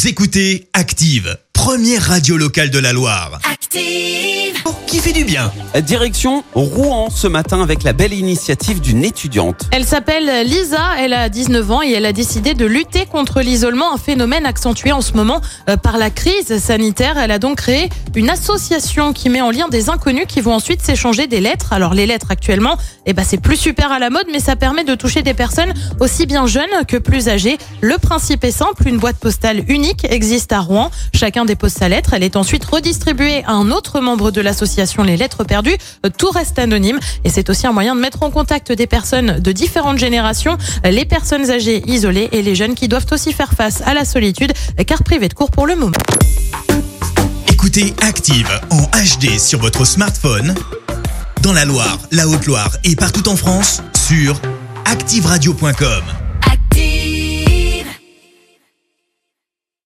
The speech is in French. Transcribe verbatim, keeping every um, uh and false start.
Vous écoutez Active, première radio locale de la Loire. Active! Oh, qui fait du bien. Direction Rouen ce matin avec la belle initiative d'une étudiante. Elle s'appelle Lisa, elle a dix-neuf ans et elle a décidé de lutter contre l'isolement, un phénomène accentué en ce moment euh, par la crise sanitaire. Elle a donc créé une association qui met en lien des inconnus qui vont ensuite s'échanger des lettres. Alors les lettres actuellement, eh ben, c'est plus super à la mode, mais ça permet de toucher des personnes aussi bien jeunes que plus âgées. Le principe est simple, une boîte postale unique existe à Rouen. Chacun dépose sa lettre, elle est ensuite redistribuée à un autre membre de l'association Les Lettres Perdues. Tout reste anonyme et c'est aussi un moyen de mettre en contact des personnes de différentes générations, les personnes âgées isolées et les jeunes qui doivent aussi faire face à la solitude, car privés de cours pour le moment. Écoutez Active en H D sur votre smartphone, dans la Loire, la Haute-Loire et partout en France, sur active radio point com.